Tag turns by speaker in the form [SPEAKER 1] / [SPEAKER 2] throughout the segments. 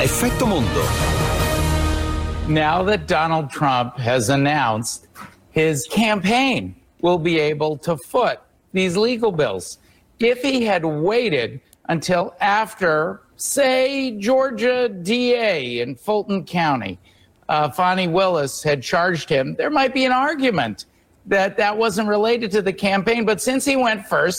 [SPEAKER 1] Effetto Mondo.
[SPEAKER 2] Now that Donald Trump has announced his campaign will be able to foot these legal bills. If he had waited until after, say, Georgia DA in Fulton County, Fani Willis had charged him, there might be an argument that wasn't related to the campaign, but since he went first...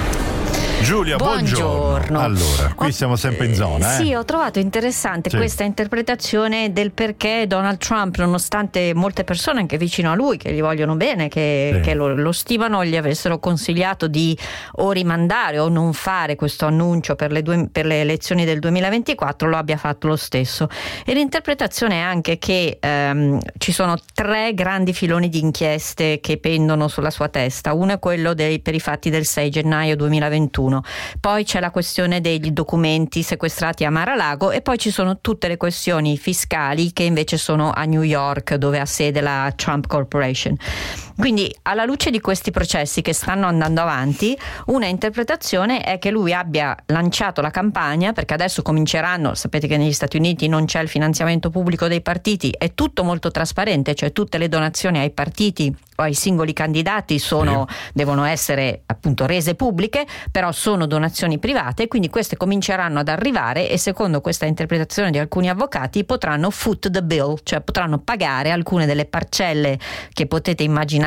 [SPEAKER 3] Giulia, buongiorno. Allora, qui siamo sempre in zona.
[SPEAKER 4] Sì, ho trovato interessante questa interpretazione del perché Donald Trump, nonostante molte persone anche vicino a lui che gli vogliono bene, che lo stimano, gli avessero consigliato di o rimandare o non fare questo annuncio per le elezioni del 2024, lo abbia fatto lo stesso. E l'interpretazione è anche che ci sono 3 grandi filoni di inchieste che pendono sulla sua testa. Uno è quello per i fatti del 6 gennaio 2021. Poi c'è la questione dei documenti sequestrati a Mar-a-Lago e poi ci sono tutte le questioni fiscali che invece sono a New York, dove ha sede la Trump Corporation. Quindi, alla luce di questi processi che stanno andando avanti, una interpretazione è che lui abbia lanciato la campagna, perché adesso cominceranno, sapete che negli Stati Uniti non c'è il finanziamento pubblico dei partiti, è tutto molto trasparente, cioè tutte le donazioni ai partiti o ai singoli candidati devono essere appunto rese pubbliche, però sono donazioni private, quindi queste cominceranno ad arrivare e secondo questa interpretazione di alcuni avvocati potranno foot the bill, cioè potranno pagare alcune delle parcelle che potete immaginare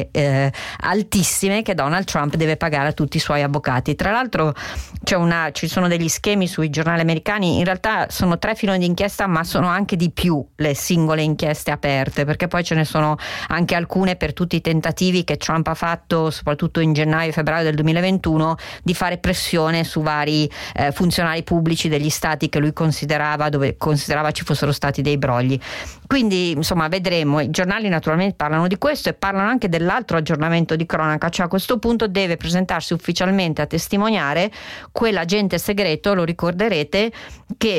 [SPEAKER 4] altissime che Donald Trump deve pagare a tutti i suoi avvocati. Tra l'altro ci sono degli schemi sui giornali americani, in realtà sono 3 filoni di inchiesta, ma sono anche di più le singole inchieste aperte, perché poi ce ne sono anche alcune per tutti i tentativi che Trump ha fatto, soprattutto in gennaio e febbraio del 2021, di fare pressione su vari funzionari pubblici degli stati che lui considerava ci fossero stati dei brogli. Quindi insomma vedremo. I giornali naturalmente parlano di questo e parlano anche dell'altro aggiornamento di cronaca, cioè a questo punto deve presentarsi ufficialmente a testimoniare quell'agente segreto, lo ricorderete, che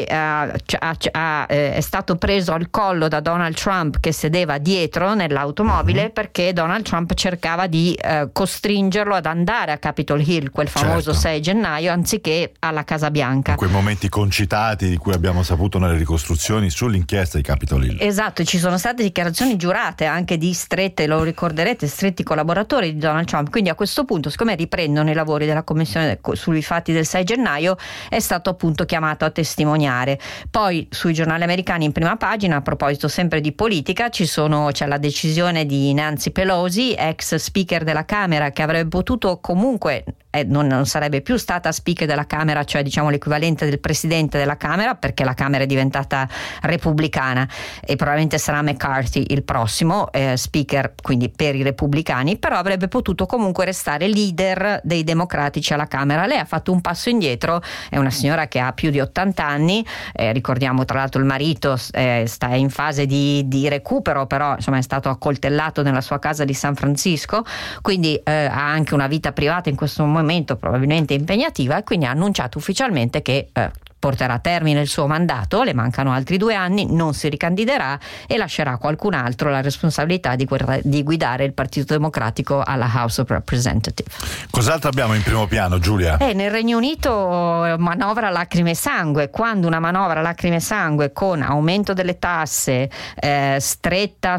[SPEAKER 4] è stato preso al collo da Donald Trump, che sedeva dietro nell'automobile, perché Donald Trump cercava di costringerlo ad andare a Capitol Hill quel famoso 6 gennaio anziché alla Casa Bianca.
[SPEAKER 3] In quei momenti concitati di cui abbiamo saputo nelle ricostruzioni sull'inchiesta di Capitol Hill.
[SPEAKER 4] Esatto, ci sono state dichiarazioni giurate anche di lo ricorderete, stretti collaboratori di Donald Trump. Quindi a questo punto, siccome riprendono i lavori della commissione sui fatti del 6 gennaio, è stato appunto chiamato a testimoniare. Poi sui giornali americani in prima pagina, a proposito sempre di politica, c'è la decisione di Nancy Pelosi, ex speaker della Camera, che avrebbe potuto comunque non sarebbe più stata speaker della Camera, cioè diciamo l'equivalente del presidente della Camera, perché la Camera è diventata repubblicana e probabilmente sarà McCarthy il prossimo speaker, quindi per i repubblicani, però avrebbe potuto comunque restare leader dei democratici alla Camera. Lei ha fatto un passo indietro, è una signora che ha più di 80 anni, ricordiamo tra l'altro il marito sta in fase di recupero, però insomma è stato accoltellato nella sua casa di San Francisco, quindi ha anche una vita privata in questo momento probabilmente impegnativa, e quindi ha annunciato ufficialmente che porterà a termine il suo mandato, le mancano altri 2 anni, non si ricandiderà e lascerà a qualcun altro la responsabilità di guidare il Partito Democratico alla House of Representatives.
[SPEAKER 3] Cos'altro abbiamo in primo piano, Giulia?
[SPEAKER 4] Nel Regno Unito manovra lacrime e sangue. Quando una manovra lacrime e sangue con aumento delle tasse, stretta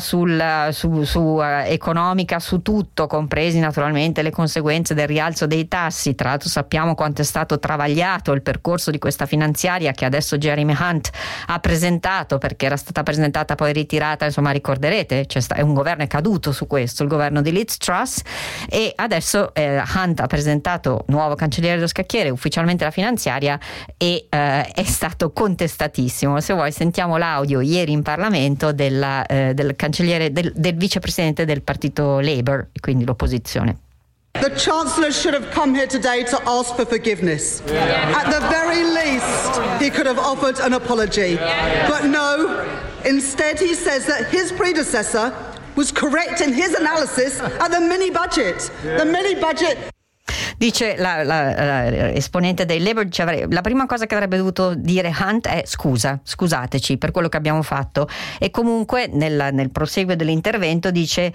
[SPEAKER 4] economica su tutto, compresi naturalmente le conseguenze del rialzo dei tassi. Tra l'altro sappiamo quanto è stato travagliato il percorso di questa finanziaria che adesso Jeremy Hunt ha presentato, perché era stata presentata poi ritirata, insomma ricorderete, un governo è caduto su questo, il governo di Liz Truss, e adesso Hunt ha presentato, nuovo cancelliere dello scacchiere, ufficialmente la finanziaria, e è stato contestatissimo. Se vuoi sentiamo l'audio ieri in Parlamento del cancelliere, del vicepresidente del partito Labour, quindi l'opposizione.
[SPEAKER 5] The Chancellor should have come here today to ask for forgiveness. At the very least, he could have offered an apology. But no, instead he says that his predecessor was correct in his analysis at the mini budget. The mini budget.
[SPEAKER 4] Dice la esponente dei Labour, la prima cosa che avrebbe dovuto dire Hunt è scusateci per quello che abbiamo fatto, e comunque nel proseguo dell'intervento dice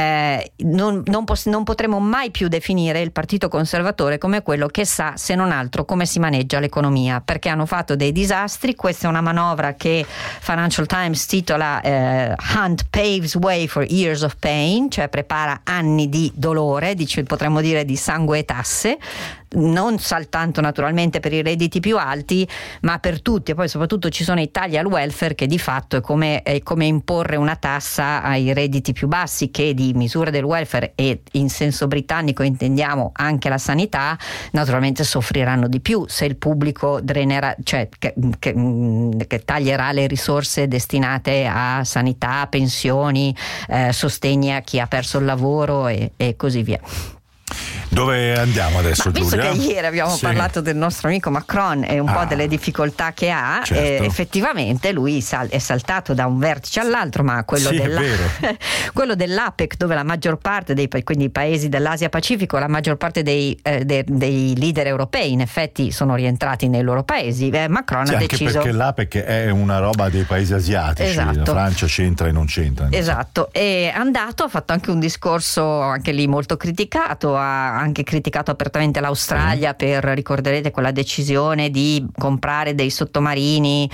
[SPEAKER 4] non potremo mai più definire il Partito Conservatore come quello che sa, se non altro, come si maneggia l'economia, perché hanno fatto dei disastri. Questa è una manovra che Financial Times titola Hunt paves way for years of pain, cioè prepara anni di dolore, potremmo dire di sangue e tasse, non soltanto naturalmente per i redditi più alti, ma per tutti. E poi soprattutto ci sono i tagli al welfare, che di fatto è come imporre una tassa ai redditi più bassi, che di misure del welfare, e in senso britannico intendiamo anche la sanità, naturalmente soffriranno di più se il pubblico drenerà, cioè che taglierà le risorse destinate a sanità, pensioni, sostegni a chi ha perso il lavoro e così via.
[SPEAKER 3] Dove andiamo adesso,
[SPEAKER 4] visto
[SPEAKER 3] Giulia?
[SPEAKER 4] Che ieri abbiamo parlato del nostro amico Macron e un po' delle difficoltà che ha,
[SPEAKER 3] certo.
[SPEAKER 4] Effettivamente lui è saltato da un vertice all'altro, ma quello dell'APEC, dove la maggior parte quindi i paesi dell'Asia Pacifico, la maggior parte dei leader europei in effetti sono rientrati nei loro paesi. Macron ha deciso,
[SPEAKER 3] anche perché l'APEC è una roba dei paesi asiatici, esatto. La Francia c'entra e non c'entra.
[SPEAKER 4] Esatto, è andato, ha fatto anche un discorso anche lì molto criticato, ha anche criticato apertamente l'Australia ricorderete quella decisione di comprare dei sottomarini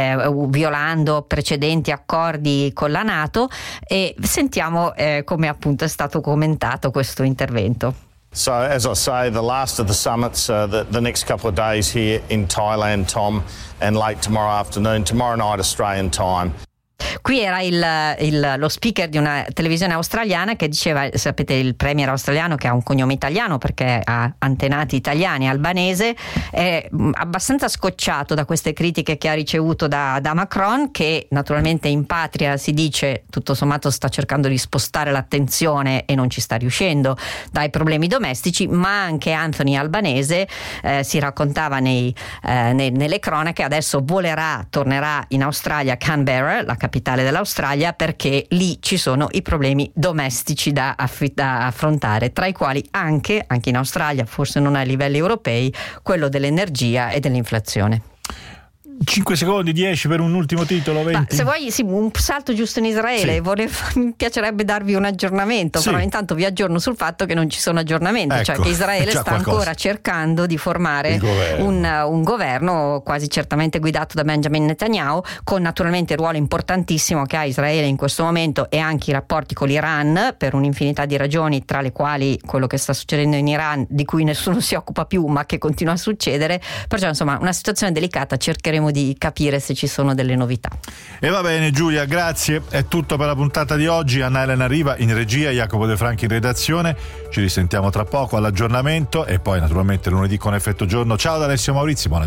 [SPEAKER 4] violando precedenti accordi con la NATO, e sentiamo come appunto è stato commentato questo intervento.
[SPEAKER 1] So, as I say, the last of the summits, the next couple of days here in Thailand, Tom, and late tomorrow afternoon, tomorrow night Australian time.
[SPEAKER 4] Qui era lo speaker di una televisione australiana che diceva, sapete, il premier australiano, che ha un cognome italiano perché ha antenati italiani, albanese, è abbastanza scocciato da queste critiche che ha ricevuto da Macron, che naturalmente in patria si dice tutto sommato sta cercando di spostare l'attenzione e non ci sta riuscendo dai problemi domestici, ma anche Anthony Albanese si raccontava nelle cronache, adesso tornerà in Australia, Canberra, la capitale dell'Australia, perché lì ci sono i problemi domestici da affrontare, tra i quali anche in Australia, forse non a livelli europei, quello dell'energia e dell'inflazione.
[SPEAKER 3] 5 secondi, 10 per un ultimo titolo, 20.
[SPEAKER 4] Ma se vuoi, sì, un salto giusto in Israele, mi piacerebbe darvi un aggiornamento, però intanto vi aggiorno sul fatto che non ci sono aggiornamenti,
[SPEAKER 3] ecco,
[SPEAKER 4] cioè che Israele sta ancora cercando di formare un governo quasi certamente guidato da Benjamin Netanyahu, con naturalmente il ruolo importantissimo che ha Israele in questo momento e anche i rapporti con l'Iran, per un'infinità di ragioni, tra le quali quello che sta succedendo in Iran, di cui nessuno si occupa più ma che continua a succedere. Perciò insomma una situazione delicata, cercheremo di capire se ci sono delle novità.
[SPEAKER 3] E va bene, Giulia, grazie, è tutto per la puntata di oggi. Anna Elena Riva in regia, Jacopo De Franchi in redazione, ci risentiamo tra poco all'aggiornamento e poi naturalmente lunedì con Effetto Giorno. Ciao da Alessio Maurizi, buona